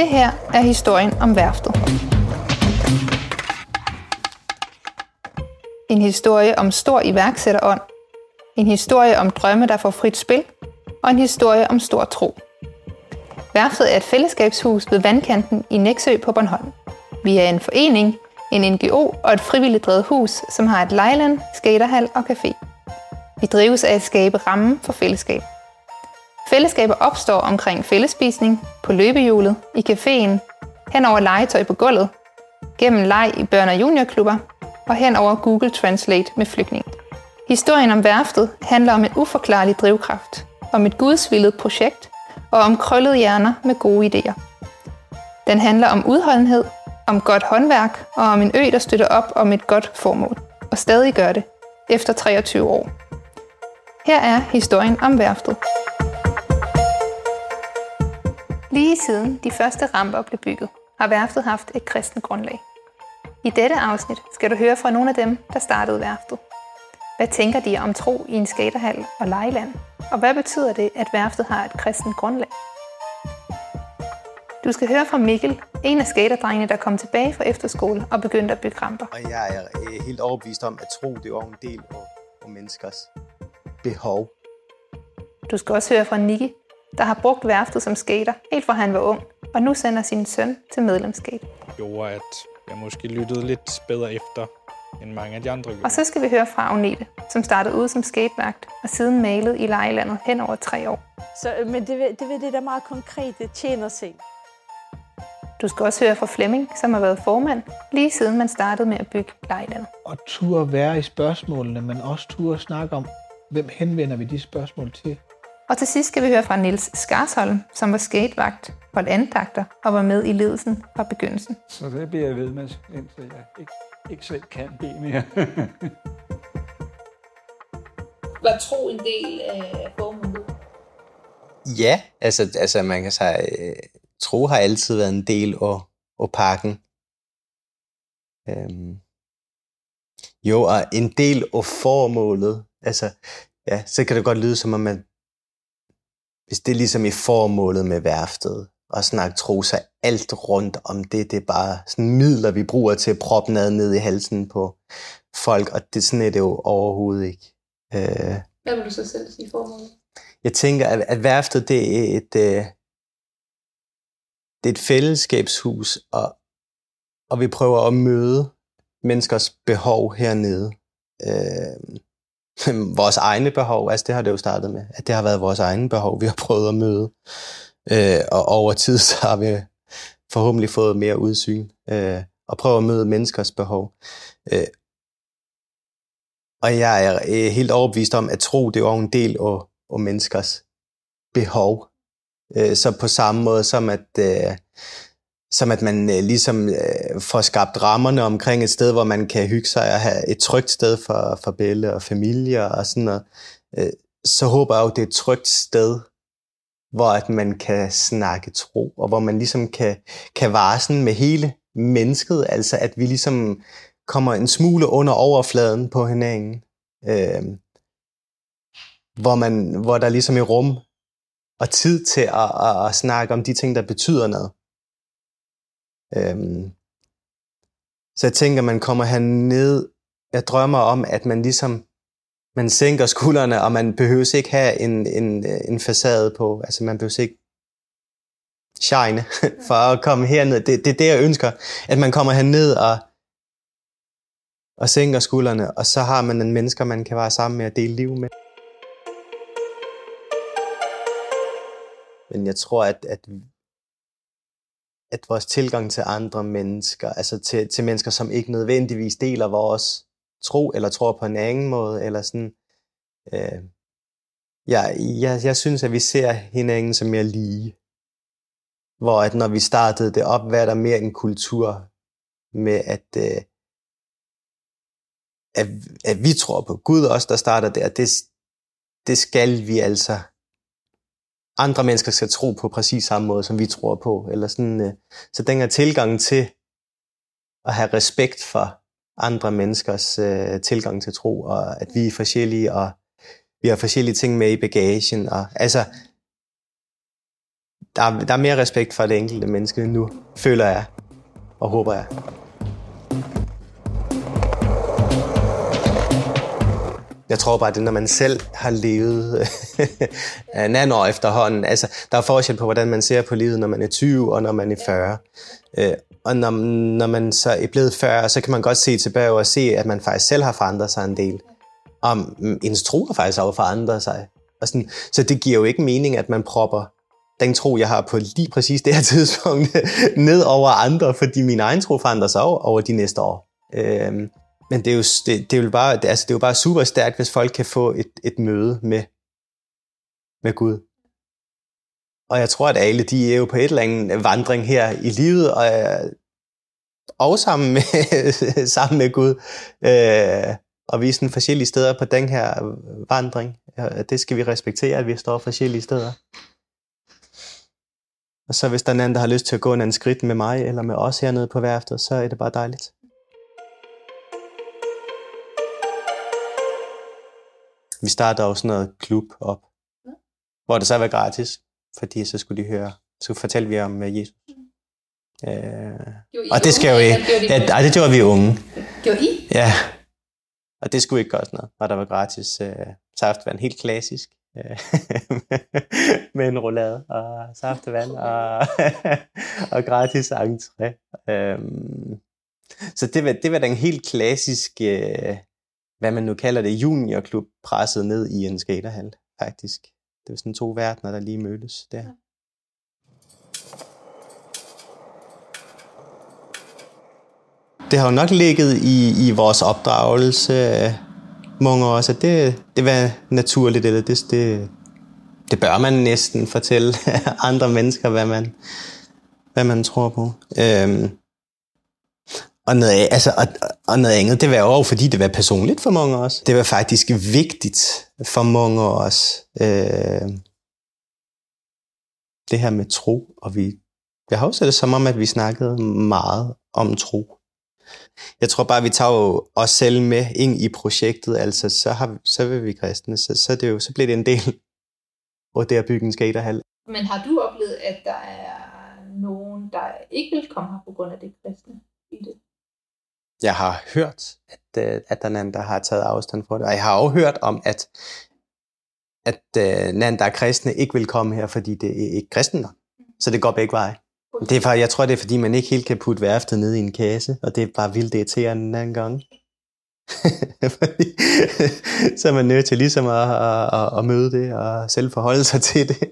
Det her er historien om værftet. En historie om stor iværksætterånd, en historie om drømme, der får frit spil, og en historie om stor tro. Værftet er et fællesskabshus ved vandkanten i Nexø på Bornholm. Vi er en forening, en NGO og et frivilligt drevet hus, som har et legeland, skaterhal og café. Vi drives af at skabe rammen for fællesskab. Fællesskaber opstår omkring fællesspisning, på løbehjulet, i caféen, hen over legetøj på gulvet, gennem leg i børne- og juniorklubber og hen over Google Translate med flygtninge. Historien om værftet handler om en uforklarlig drivkraft, om et gudsvillet projekt og om krøllede hjerner med gode idéer. Den handler om udholdenhed, om godt håndværk og om en ø, der støtter op om et godt formål, og stadig gør det, efter 23 år. Her er historien om værftet. Lige siden de første ramper blev bygget, har værftet haft et kristent grundlag. I dette afsnit skal du høre fra nogle af dem, der startede værftet. Hvad tænker de om tro i en skaterhal og legeland? Og hvad betyder det, at værftet har et kristent grundlag? Du skal høre fra Mikkel, en af skaterdrengene, der kom tilbage fra efterskole og begyndte at bygge ramper. Og jeg er helt overbevist om, at tro det er en del af menneskers behov. Du skal også høre fra Nicky, der har brugt værftet som skater, helt fra han var ung, og nu sender sin søn til medlemskab. Gjorde, at jeg måske lyttede lidt bedre efter, end mange af de andre gjorde. Og så skal vi høre fra Agnete, som startede ud som skatevagt og siden malede i legelandet hen over 3 år. Men det der meget konkrete tjener sig. Du skal også høre fra Flemming, som har været formand, lige siden man startede med at bygge legelandet. Og turde være i spørgsmålene, men også turde snakke om, hvem henvender vi de spørgsmål til. Og til sidst skal vi høre fra Niels Skarsholm, som var skatevagt, holdt andagter og var med i ledelsen fra begyndelsen. Så det bliver jeg ved med, indtil jeg ikke selv kan bede mere. Var tro en del af formålet? Ja, altså man kan sige, tro har altid været en del af pakken. Jo, og en del af formålet, altså, ja, så kan det godt lyde som om, at hvis det er ligesom i formålet med værftet, og snakke tro, så alt rundt om det er bare sådan midler, vi bruger til at proppe ned i halsen på folk, og det sådan er det jo overhovedet ikke. Hvad vil du så selv sige formålet? Jeg tænker, at værftet, det er et fællesskabshus, og vi prøver at møde menneskers behov hernede. Vores egne behov, altså det har det jo startet med, at det har været vores egne behov, vi har prøvet at møde. Og over tid, så har vi forhåbentlig fået mere udsyn, og prøver at møde menneskers behov. Og jeg er helt overbevist om, at tro, det er jo en del af menneskers behov. Så på samme måde som at man ligesom får skabt rammerne omkring et sted, hvor man kan hygge sig og have et trygt sted for bella og familier og sådan noget, så håber jeg jo, det er et trygt sted, hvor at man kan snakke tro, og hvor man ligesom kan varsle med hele mennesket, altså at vi ligesom kommer en smule under overfladen på hinanden, hvor der ligesom er rum og tid til at snakke om de ting, der betyder noget. Så jeg tænker, man kommer herned. Jeg drømmer om, at man ligesom man sænker skuldrene, og man behøver ikke have en facade på. Altså man behøver ikke shine for at komme herned. Det er det, jeg ønsker, at man kommer herned og sænker skuldrene, og så har man en mennesker, man kan være sammen med og dele liv med. Men jeg tror, at vores tilgang til andre mennesker, altså til mennesker, som ikke nødvendigvis deler vores tro, eller tror på en anden måde, eller sådan, jeg synes, at vi ser hinanden som mere lige. Hvor at når vi startede det op, var der mere en kultur med, at vi tror på Gud også, der starter der. Det skal vi altså. Andre mennesker skal tro på præcis samme måde, som vi tror på. Eller sådan, så den her tilgang til at have respekt for andre menneskers tilgang til tro, og at vi er forskellige, og vi har forskellige ting med i bagagen. Og, altså, der er mere respekt for det enkelte menneske nu, føler jeg og håber jeg. Jeg tror bare, at det når man selv har levet nogle år efterhånden. Altså, der er forskel på, hvordan man ser på livet, når man er 20 og når man er 40. Og når man så er blevet 40, så kan man godt se tilbage og se, at man faktisk selv har forandret sig en del. Og ens tro har faktisk også forandret sig. Og sådan, så det giver jo ikke mening, at man propper den tro, jeg har på lige præcis det her tidspunkt, ned over andre, fordi min egen tro forandrer sig over de næste år. Men det er jo bare super stærkt, hvis folk kan få et møde med Gud. Og jeg tror, at alle de er jo på et eller andet vandring her i livet, og sammen med Gud. Og vi er sådan forskellige steder på den her vandring. Det skal vi respektere, at vi står forskellige steder. Og så hvis der er en anden, der har lyst til at gå en anden skridt med mig, eller med os hernede på værftet, så er det bare dejligt. Vi starter også noget klub op, hvor det så var gratis, fordi så skulle fortælle vi om Jesus. Og det skal jo ikke. Det gjorde vi unge. Gjorde I? Ja. Og det skulle ikke koste noget, og der var gratis saftevand, helt klassisk. Med en roulade og saftevand og gratis entré. Så det var den helt klassiske, hvad man nu kalder det, juniorklub, presset ned i en skaterhal, faktisk. Det var sådan 2 verdener, der lige mødtes der. Det har jo nok ligget i vores opdragelse mange år, så det var naturligt, eller det bør man næsten fortælle andre mennesker, hvad man tror på. Og noget andet, det var jo fordi det var personligt for mange af os. Det var faktisk vigtigt for mange af os. Det her med tro, og jeg har også det som om, at vi snakkede meget om tro. Jeg tror bare, vi tager jo os selv med ind i projektet, altså så vil vi kristne, så bliver det en del af det at bygge en skaterhal. Men har du oplevet, at der er nogen, der ikke vil komme her på grund af det kristne i det? Jeg har hørt, at der er nogen, der har taget afstand fra det, og jeg har også hørt om, at nogen, der er kristne, ikke vil komme her, fordi det er ikke kristne. Så det går begge veje. Jeg tror, det er, fordi man ikke helt kan putte værftet ned i en kasse, og det er bare vildt irriterende en anden gang. Så er man nødt til ligesom at møde det, og selv forholde sig til det.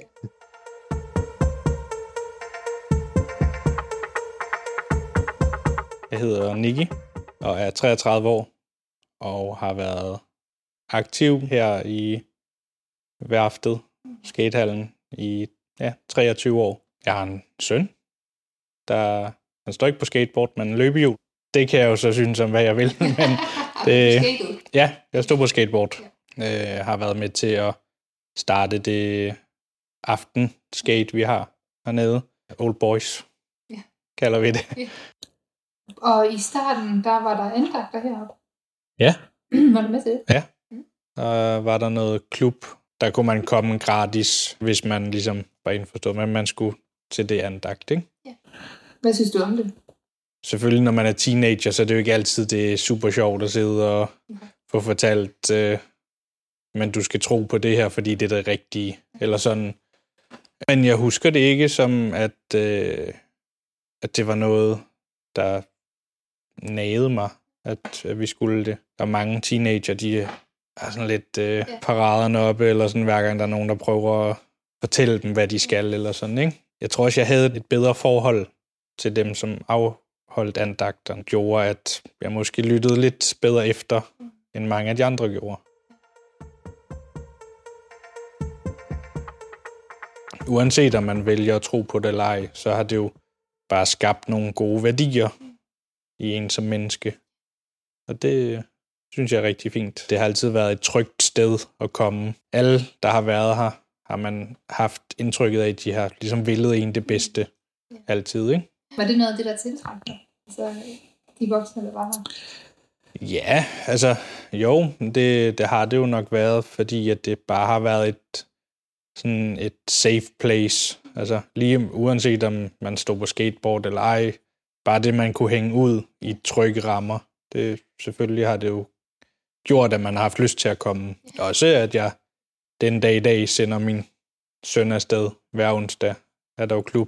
Jeg hedder Nicky, og er 33 år, og har været aktiv her i værftet, skatehallen, i 23 år. Jeg har en søn, han står ikke på skateboard, men løbehjul. Det kan jeg jo så synes om, hvad jeg vil. Men ja, jeg stod på skateboard. Har været med til at starte det aftenskate, vi har hernede. Old Boys, kalder vi det. Ja. Og i starten, der var der andagter heroppe. Ja. Var du med til det? Ja. Og var der noget klub, der kunne man komme gratis, hvis man ligesom var indforstået, men man skulle til det andagt, ikke? Ja. Hvad synes du om det? Selvfølgelig, når man er teenager, så er det jo ikke altid det er super sjovt at sidde og få fortalt, men du skal tro på det her, fordi det er det rigtige, eller sådan. Men jeg husker det ikke som, at det var noget, der nagede mig, at vi skulle det. Der er mange teenager, de er sådan lidt paraderne oppe, eller sådan hver gang der er nogen, der prøver at fortælle dem, hvad de skal, eller sådan, ikke? Jeg tror også, jeg havde et bedre forhold til dem, som afholdt andagterne, gjorde, at jeg måske lyttede lidt bedre efter, end mange af de andre gjorde. Uanset om man vælger at tro på det eller ej, så har det jo bare skabt nogle gode værdier i en som menneske. Og det synes jeg er rigtig fint. Det har altid været et trygt sted at komme. Alle, der har været her, har man haft indtrykket af, at de har ligesom villet en det bedste altid, ikke? Var det noget af det, der tiltrækker dig? Altså, de voksne, der var her? Ja, altså, jo, det har det jo nok været, fordi at det bare har været sådan et safe place. Altså lige uanset om man stod på skateboard eller ej, bare det, man kunne hænge ud i trygge rammer. Det, selvfølgelig har det jo gjort, at man har haft lyst til at komme. Og også at jeg den dag i dag sender min søn afsted hver onsdag. Er der jo klub.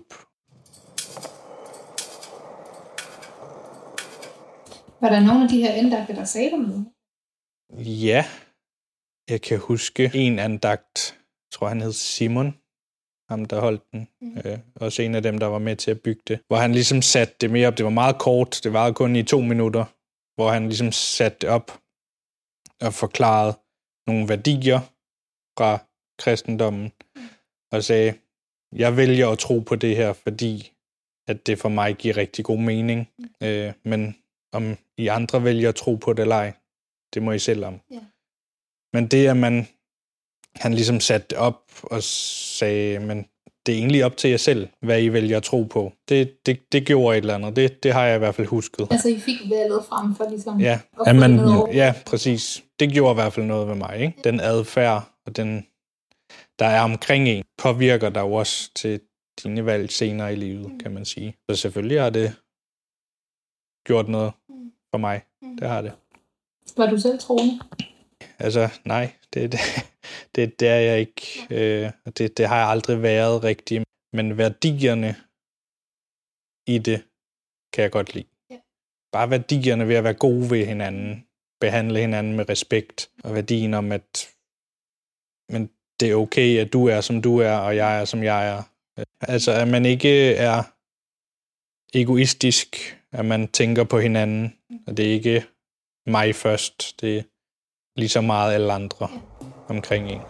Var der nogle af de her andagter, der sagde dig noget? Ja, jeg kan huske en andagt, jeg tror han hed Simon, ham der holdt den. Også en af dem, der var med til at bygge det. Hvor han ligesom satte det mere op. Det var meget kort, det var kun i 2 minutter, hvor han ligesom satte det op og forklarede nogle værdier fra kristendommen. Og sagde, jeg vælger at tro på det her, fordi at det for mig giver rigtig god mening. Men om I andre vælger at tro på det eller ej, det må I selv om. Yeah. Men det, at han ligesom satte op og sagde, men det er egentlig op til jer selv, hvad I vælger at tro på. Det gjorde et eller andet. Det har jeg i hvert fald husket. Altså, I fik valget frem for ligesom... Ja, præcis. Det gjorde i hvert fald noget ved mig, ikke? Den adfærd og den, der er omkring en, påvirker der jo også til dine valg senere i livet, kan man sige. Så selvfølgelig har det gjort noget for mig. Det har det. Var du selv troende? Altså, nej. Det er jeg ikke. Det har jeg aldrig været rigtigt. Men værdierne i det kan jeg godt lide. Ja. Bare værdierne ved at være gode ved hinanden. Behandle hinanden med respekt. Og værdien om, at men det er okay, at du er, som du er, og jeg er, som jeg er. Altså, at man ikke er egoistisk, at man tænker på hinanden, og det er ikke mig først. Det er lige så meget alle andre omkring en.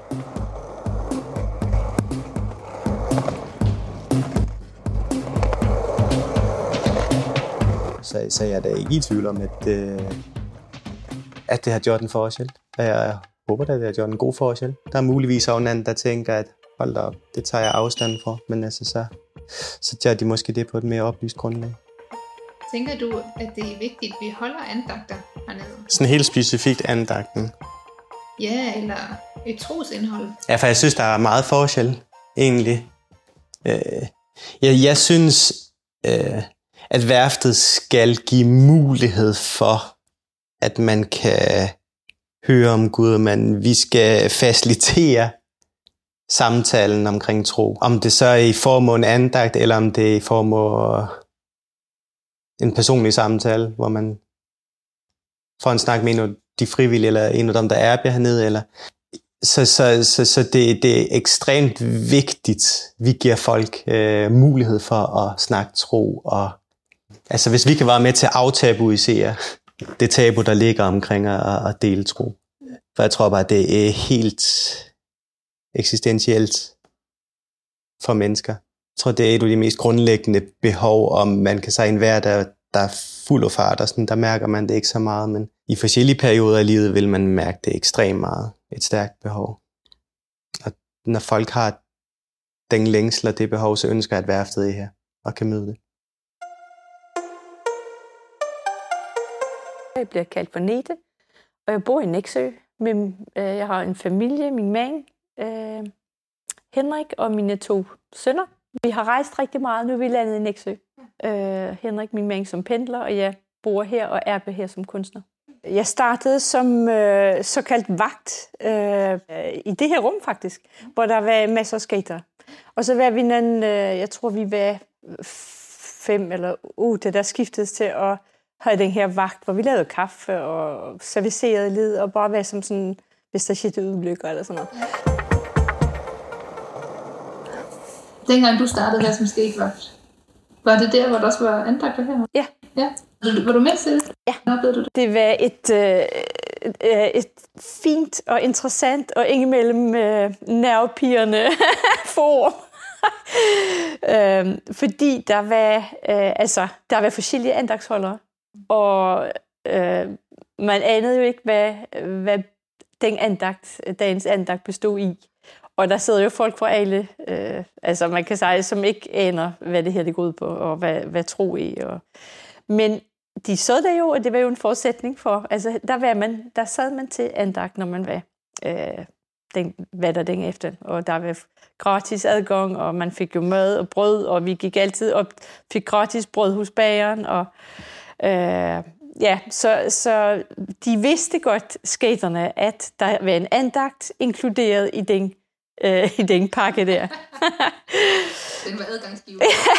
Så jeg er da ikke i tvivl om, at det har gjort en forskel. Jeg håber, at det har gjort en god forskel. Der er muligvis også en anden, der tænker, at hold da op, det tager jeg afstand for. Men altså, så gør de måske det på et mere oplyst grundlag. Tænker du, at det er vigtigt, at vi holder andagter hernede? Sådan helt specifikt andagten. Ja, eller et trosindhold. Ja, for jeg synes, der er meget forskel, egentlig. Jeg synes, at værftet skal give mulighed for, at man kan høre om Gud, men vi skal facilitere samtalen omkring tro. Om det så er i form af en andagt, eller om det er i form af en personlig samtale, hvor man får en snak med en af de frivillige, eller en af dem, der er hernede. Eller så det er ekstremt vigtigt, vi giver folk mulighed for at snakke tro. Og, altså hvis vi kan være med til at aftabuisere det tabu, der ligger omkring at dele tro. For jeg tror bare, at det er helt eksistentielt for mennesker. Jeg tror, det er et af de mest grundlæggende behov, om man kan sige en hverdag, der er fuld af fart, og sådan, der mærker man det ikke så meget, men i forskellige perioder af livet vil man mærke det ekstremt meget. Et stærkt behov. Og når folk har den længsel og det behov, så ønsker jeg, at værftet er her og kan møde det. Jeg bliver kaldt for Nete, og jeg bor i Nexø. Jeg har en familie, min mand, Henrik og mine 2 sønner. Vi har rejst rigtig meget, nu er vi landet i Nexø. Henrik, min mand, som pendler, og jeg bor her og er her som kunstner. Jeg startede som såkaldt vagt i det her rum faktisk, hvor der var masser af skater. Og så var vi jeg tror vi var 5 eller 8, der skiftedes til at have den her vagt, hvor vi lavede kaffe og servicerede lidt, og bare være som sådan, hvis der skete ulykker eller sådan noget. Dengang du startede her som skatevagt, var det der, hvor der også var andagter her? Ja. Ja. Var du med til det? Ja. Hvordan oplevede du det? Det var et fint og interessant og indimellem nervepirrende forum. Fordi der var forskellige andagtsholdere, og man anede jo ikke, hvad dagens andagt bestod i. Og der sidder jo folk fra alle, man kan sige, som ikke aner, hvad det her det går ud på, og hvad tro er. Men de sad der jo, og det var jo en forudsætning for, der sad man til andagt, når man var den efter. Og der var gratis adgang, og man fik jo mad og brød, og vi gik altid op, fik gratis brød hos bageren, og så de vidste godt, skaterne, at der var en andagt inkluderet i den pakke der. Den var adgangsgiver.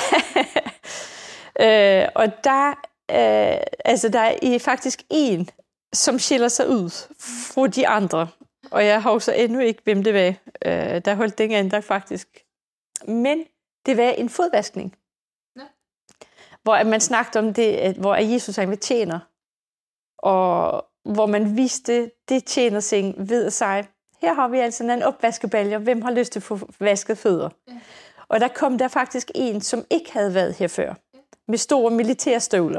Og der er faktisk en, som skiller sig ud fra de andre. Og jeg har så endnu ikke, hvem det var, der holdt den andagt faktisk. Men det var en fodvaskning. Ja. Hvor man snakkede om det, hvor Jesus han var tjener. Og hvor man viste det tjenersing ved at sige, her har vi altså en opvaskebalje, hvem har lyst til at få vasket fødder? Ja. Og der kom der faktisk en, som ikke havde været her før, med store militærstøvler.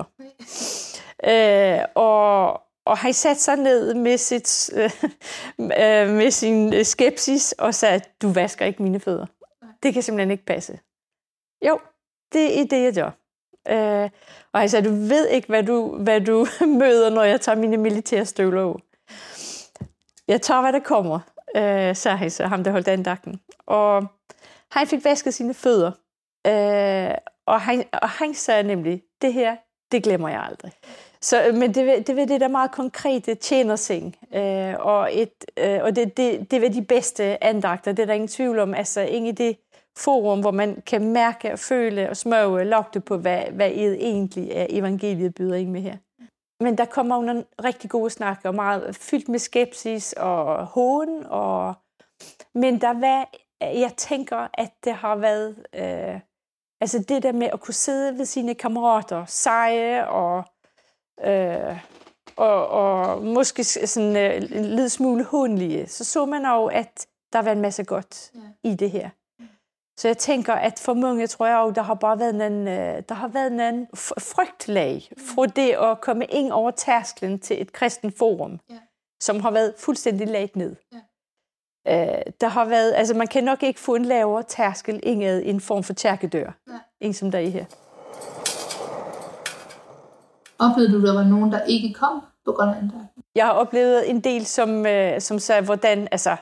Og han satte sig ned med sin skepsis og sagde, du vasker ikke mine fødder. Det kan simpelthen ikke passe. Jo, det er det, jeg gør. Og han sagde, du ved ikke, hvad du møder, når jeg tager mine militærstøvler af. Jeg tager, hvad der kommer, sagde han så, ham der holdt andagten. Og han fik vasket sine fødder. Og han sagde nemlig, det her, det glemmer jeg aldrig. Men det var det der meget konkrete tjenersing. Og det var de bedste andagter, det er der ingen tvivl om. Altså ingen i det forum, hvor man kan mærke og føle og smage og lugte på, hvad egentlig er evangeliet byder ind med her. Men der kommer nogle rigtig gode snakker, meget fyldt med skepsis og hån. Men jeg tænker, at det har været altså det der med at kunne sidde ved sine kammerater, seje og måske sådan en lille smule hånlige, så man jo, at der var en masse godt i det her. Så jeg tænker, at for mange, tror jeg jo, der har været en frygtlag fra det at komme ind over tærsklen til et kristen forum, som har været fuldstændig lagt ned. Der har været, altså man kan nok ikke få en lavere tærskel ind i en form for kirkedør, en som der er her. Oplevede du, der var nogen, der ikke kom på grund af andagten? Jeg har oplevet en del, som sagde, hvordan, altså,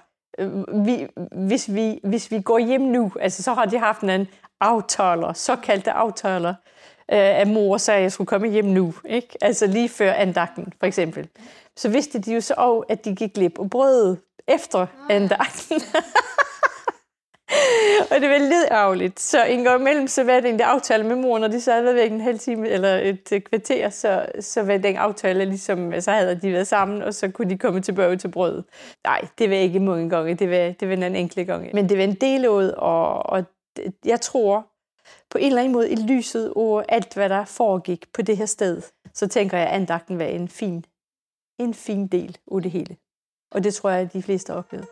hvis vi går hjem nu, altså, så har de haft en aftaler, såkaldte aftaler, at mor sagde, at jeg skulle komme hjem nu, ikke? Altså lige før andagten, for eksempel. Så vidste de jo så også, at de gik glip af brødet efter andagten. Og det var lidt ærgerligt. Så en gang imellem, så var det en aftale med mor, når de så havde været væk en halv time eller et kvarter, så var den aftale ligesom, så havde de været sammen, og så kunne de komme tilbage til brødet. Nej, det var ikke mange gange, det var en enkelt gang. Men det var en del af, og jeg tror på en eller anden måde i lyset over alt, hvad der foregik på det her sted, så tænker jeg, at andagten var en fin del af det hele. Og det tror jeg, at de fleste har oplevet.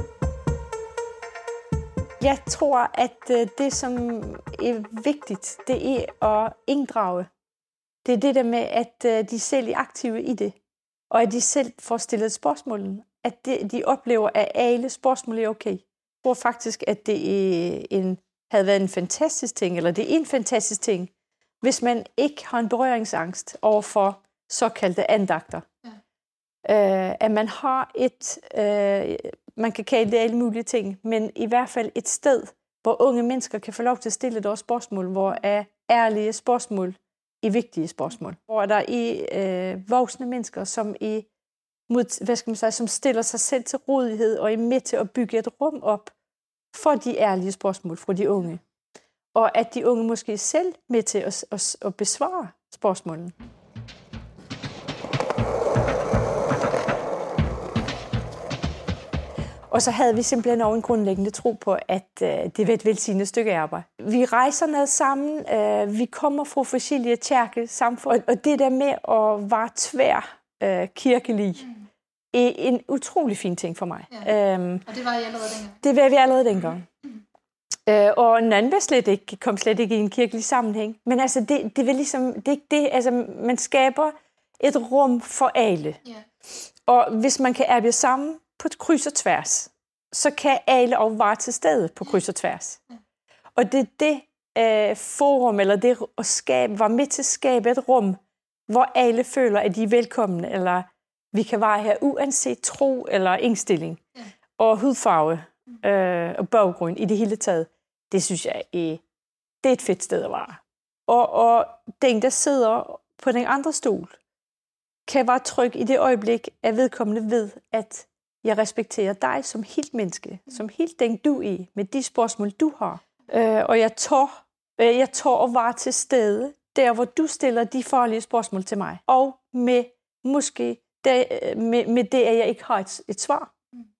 Jeg tror, at det, som er vigtigt, det er at inddrage. Det er det der med, at de selv er aktive i det. Og at de selv får stillet spørgsmål. At de oplever, at alle spørgsmål er okay. Jeg tror faktisk, at det havde været en fantastisk ting, eller det er en fantastisk ting, hvis man ikke har en berøringsangst overfor såkaldte andagter. At man har man kan kalde det alle mulige ting, men i hvert fald et sted, hvor unge mennesker kan få lov til at stille deres spørgsmål, hvor er ærlige spørgsmål i vigtige spørgsmål. Hvor der er voksne mennesker, som stiller sig selv til rådighed og er med til at bygge et rum op for de ærlige spørgsmål fra de unge. Og at de unge måske selv er med til at besvare spørgsmålene. Og så havde vi simpelthen også en grundlæggende tro på, at det var et velsignet stykke arbejde. Vi rejser ned sammen, vi kommer fra forskellige kirkesamfund, og det der med at være tvær kirkelig er en utrolig fin ting for mig. Ja. Og det var I allerede dengang? Det var vi allerede dengang. Og Nan kom slet ikke i en kirkelig sammenhæng. Men altså, det var ligesom, det, altså, man skaber et rum for alle. Ja. Og hvis man kan arbejde sammen på kryds og tværs, så kan alle også være til stede på kryds og tværs. Ja. Og det er det forum, eller det at var med til at skabe et rum, hvor alle føler, at de er velkomne, eller vi kan være her uanset tro eller indstilling. Ja. og hudfarve og baggrund i det hele taget, det synes jeg det er et fedt sted at være. Og den, der sidder på den andre stol, kan være tryg i det øjeblik, at vedkommende ved, at jeg respekterer dig som helt menneske, som helt den du er, med de spørgsmål, du har. Og jeg tør at være til stede, der hvor du stiller de farlige spørgsmål til mig. Og med måske med det, at jeg ikke har et svar.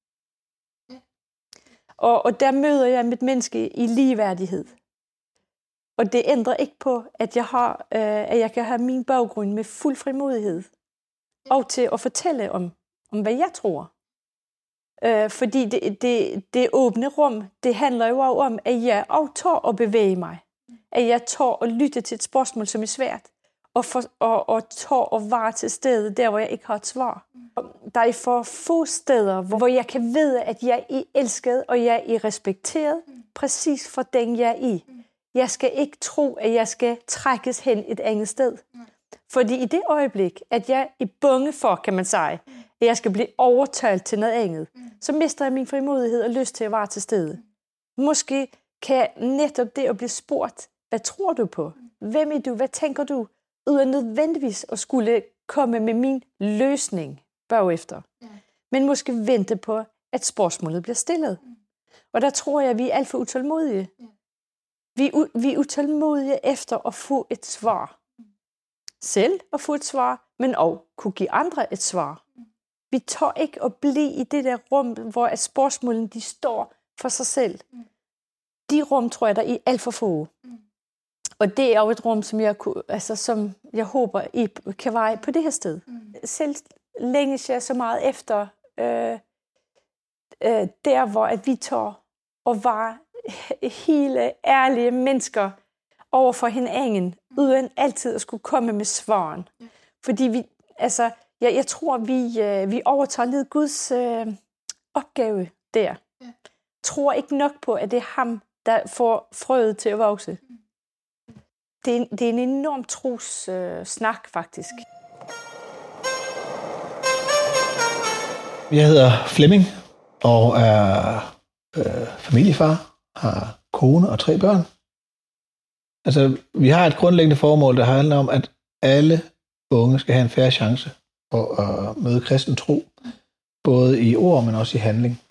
Og der møder jeg mit menneske i ligeværdighed. Og det ændrer ikke på, at jeg kan have min baggrund med fuld frimodighed. Og til at fortælle om hvad jeg tror. Fordi det åbne rum, det handler jo også om, at jeg også tør at bevæge mig. At jeg tør at lytte til et spørgsmål, som er svært. Og tør at være til stede, der hvor jeg ikke har et svar. Der er for få steder, hvor jeg kan vide, at jeg er elsket, og jeg er respekteret, præcis for den jeg er i. Jeg skal ikke tro, at jeg skal trækkes hen et andet sted. Fordi i det øjeblik, at jeg er bange for, kan man sige, at jeg skal blive overtalt til noget andet, så mister jeg min frimodighed og lyst til at være til stede. Måske kan netop det at blive spurgt, hvad tror du på? Hvem er du? Hvad tænker du? Uden nødvendigvis at skulle komme med min løsning bagefter. Men måske vente på, at spørgsmålet bliver stillet. Og der tror jeg, at vi er alt for utålmodige. Vi er utålmodige efter at få et svar. Selv at få et svar, men også kunne give andre et svar. Vi tør ikke at blive i det der rum, hvor spørgsmålene de står for sig selv. De rum tror jeg, der er alt for få. Og det er jo et rum, som jeg håber, I kan være på det her sted. Selv længes jeg så meget efter der, hvor at vi tør at være hele ærlige mennesker over for hinanden, uden altid at skulle komme med svaren. Fordi jeg tror, vi overtager lidt Guds opgave der. Tror ikke nok på, at det er ham, der får frøet til at vokse. Det er en enorm snak, faktisk. Jeg hedder Flemming og er familiefar, har kone og 3 børn. Altså, vi har et grundlæggende formål, der handler om, at alle unge skal have en fair chance for at møde kristen tro, både i ord, men også i handling.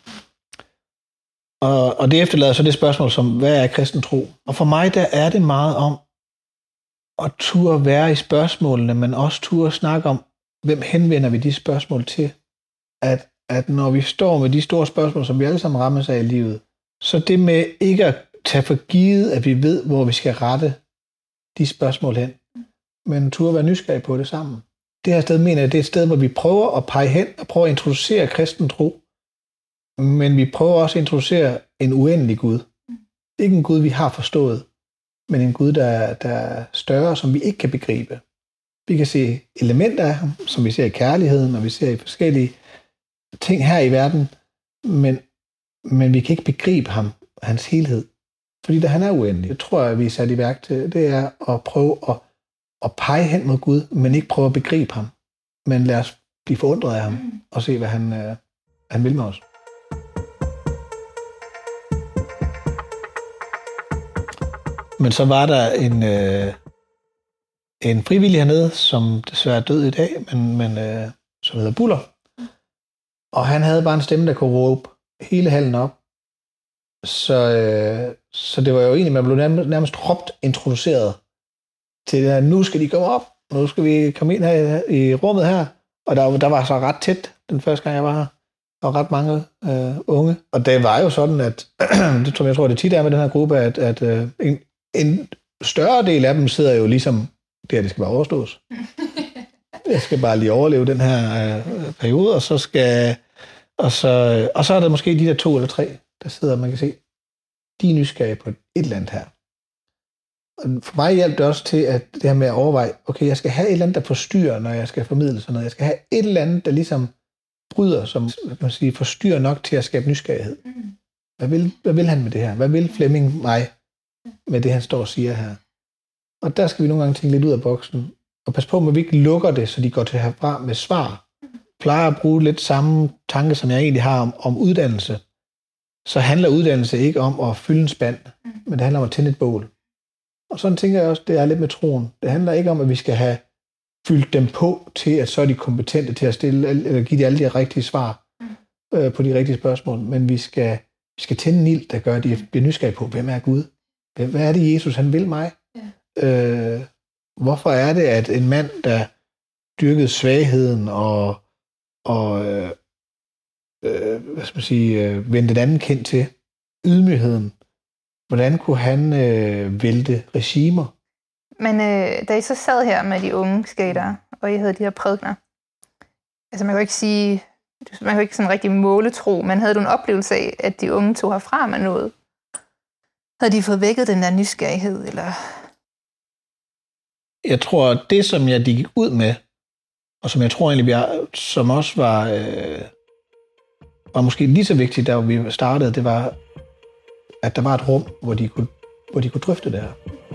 Og det efterlader så det spørgsmål som, hvad er kristen tro? Og for mig, der er det meget om at turde være i spørgsmålene, men også turde snakke om, hvem henvender vi de spørgsmål til? At når vi står med de store spørgsmål, som vi alle sammen rammes af i livet, så det med ikke at tage for givet, at vi ved, hvor vi skal rette de spørgsmål hen, men turde være nysgerrige på det sammen. Det her sted mener jeg, det er et sted, hvor vi prøver at pege hen og prøver at introducere kristen tro, men vi prøver også at introducere en uendelig Gud. Ikke en Gud, vi har forstået, men en Gud, der er større, som vi ikke kan begribe. Vi kan se elementer af ham, som vi ser i kærligheden, og vi ser i forskellige ting her i verden, men vi kan ikke begribe ham, hans helhed, fordi han er uendelig. Det tror jeg, vi er sat i værk til. Det er at prøve at pege hen mod Gud, men ikke prøve at begribe ham. Men lad os blive forundret af ham og se, hvad han vil med os. Men så var der en frivillig hernede, som desværre er død i dag, men som hedder Buller. Og han havde bare en stemme, der kunne råbe hele hallen op. Så det var jo egentlig, man blev nærmest råbt introduceret til det her, nu skal de komme op, nu skal vi komme ind her i rummet her. Og der var så ret tæt den første gang, jeg var her. Der var ret mange unge. Og det var jo sådan, at jeg tror, det tit er med den her gruppe, at en større del af dem sidder jo ligesom, det skal bare overstås. Jeg skal bare lige overleve den her periode, og så er der måske de der 2 eller 3, der sidder, man kan se, de er nysgerrige på et eller andet her. Og for mig hjalp det også til, at det her med at overveje, okay, jeg skal have et eller andet, der forstyrrer, når jeg skal formidle sådan noget. Jeg skal have et eller andet, der ligesom bryder, som man siger, forstyrrer nok til at skabe nysgerrighed. Hvad vil han med det her? Hvad vil Flemming mig med det, han står og siger her? Og der skal vi nogle gange tænke lidt ud af boksen, og passe på, at vi ikke lukker det, så de går til herfra med svar, plejer at bruge lidt samme tanke, som jeg egentlig har om uddannelse, så handler uddannelse ikke om at fylde en spand, men det handler om at tænde et bål. Og sådan tænker jeg også, det er lidt med troen. Det handler ikke om, at vi skal have fyldt dem på til, at så er de kompetente til at stille, eller give de alle de rigtige svar på de rigtige spørgsmål, men vi skal tænde en ild, der gør, at de bliver nysgerrige på, hvem er Gud? Hvad er det, Jesus han vil mig? Ja. Hvorfor er det, at en mand, der dyrkede svagheden og hvad skal man sige, vendte et andet kind til, ydmygheden, hvordan kunne han vælte regimer? Men da I så sad her med de unge skatere, og I havde de her prædikener, altså man kan jo ikke sige, man kan jo ikke sådan rigtig måle tro, men havde du en oplevelse af, at de unge tog herfra med noget? Havde de fået vækket den der nysgerrighed, eller? Jeg tror, at det, som jeg gik ud med, og som jeg tror egentlig, som også var måske lige så vigtigt, da vi startede, det var, at der var et rum, hvor de kunne drøfte det her.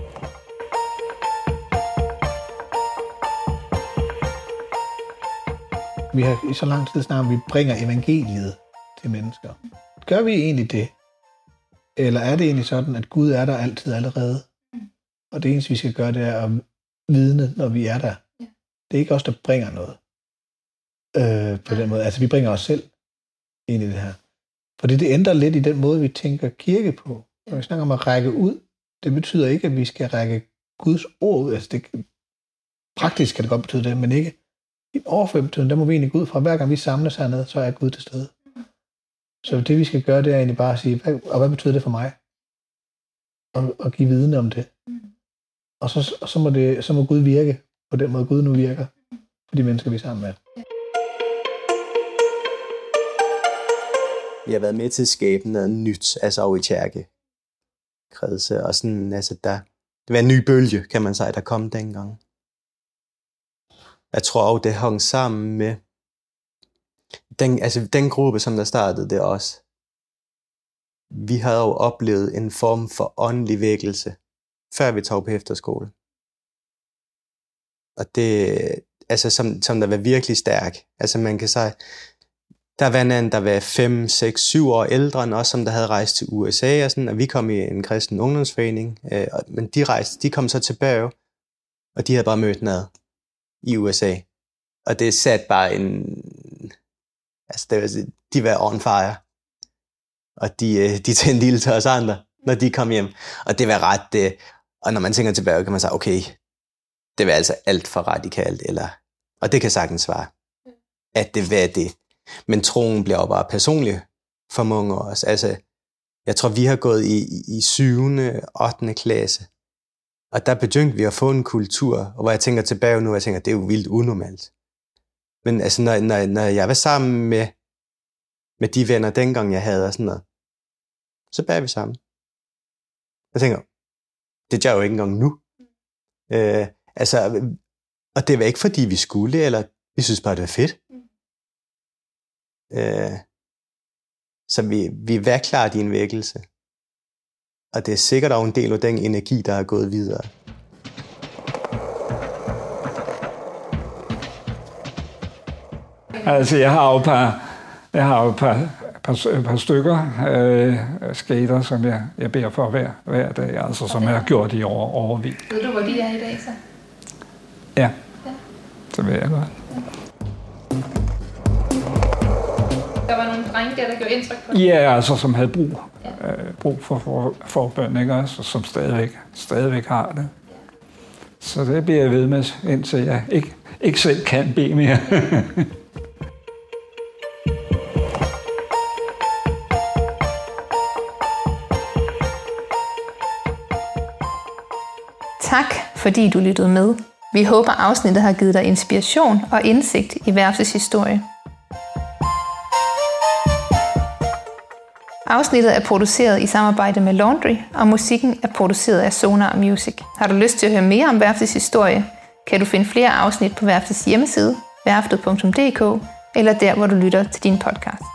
Vi har i så lang tid snart, vi bringer evangeliet til mennesker. Gør vi egentlig det? Eller er det egentlig sådan, at Gud er der altid allerede? Og det eneste, vi skal gøre, det er at vidne, når vi er der. Det er ikke os, der bringer noget. På den måde. Altså, vi bringer os selv ind i det her. For det ændrer lidt i den måde, vi tænker kirke på. Når vi snakker om at række ud, det betyder ikke, at vi skal række Guds ord ud. Altså, praktisk kan det godt betyde det, men ikke i overført betydning. Der må vi egentlig gå ud fra, hver gang vi samles hernede, så er Gud til stede. Så det, vi skal gøre, det er egentlig bare at sige, hvad betyder det for mig? Og give viden om det. Og så må Gud virke på den måde, Gud nu virker for de mennesker, vi er sammen med. Vi har været med til at skabe noget nyt, altså over i kirkekredse, og sådan, altså det var en ny bølge, kan man sige, der kom dengang. Jeg tror også, det hang sammen med den gruppe, som der startede det også. Vi havde jo oplevet en form for åndelig vækkelse, før vi tog på efterskole. Og det, altså som der var virkelig stærk. Altså man kan sige, der var en anden, der var 5, 6, 7 år ældre end os, som der havde rejst til USA og sådan, og vi kom i en kristen ungdomsforening, men de kom så tilbage, og de havde bare mødt noget i USA. Og det satte bare de var on fire. Og de tændte ild til os andre, når de kom hjem. Og det var ret, og når man tænker tilbage, kan man sige, okay, det var altså alt for radikalt, og det kan sagtens være, at det var det. Men troen bliver jo bare personlig for mange af os. Altså, jeg tror, vi har gået i 7. 8. klasse, og der begyndte vi at få en kultur, og hvor jeg tænker tilbage nu, og jeg tænker, det er jo vildt unormalt. Men altså, når jeg var sammen med de venner dengang, jeg havde og sådan noget, så bærer vi sammen. Jeg tænker, det er jo ikke engang nu. Og det var ikke fordi vi skulle, eller vi synes bare, det var fedt. Så vi var klart i en vækkelse. Og det er sikkert også en del af den energi, der er gået videre. Altså, jeg har jo et par stykker skater, som jeg beder for hver dag, altså som jeg har gjort i overvis. Ved du, hvor de er i dag så? Ja. Det ved jeg godt. Der var nogle drenge der gjorde indtryk på dig? Ja, altså som havde brug for forbøn, ikke også? Og som stadigvæk har det. Så det bliver jeg ved med, indtil jeg ikke selv kan bede mere. Tak, fordi du lyttede med. Vi håber, afsnittet har givet dig inspiration og indsigt i Værftes historie. Afsnittet er produceret i samarbejde med Laundry, og musikken er produceret af Sonar Music. Har du lyst til at høre mere om Værftets historie, kan du finde flere afsnit på Værftets hjemmeside, værftet.dk, eller der, hvor du lytter til din podcast.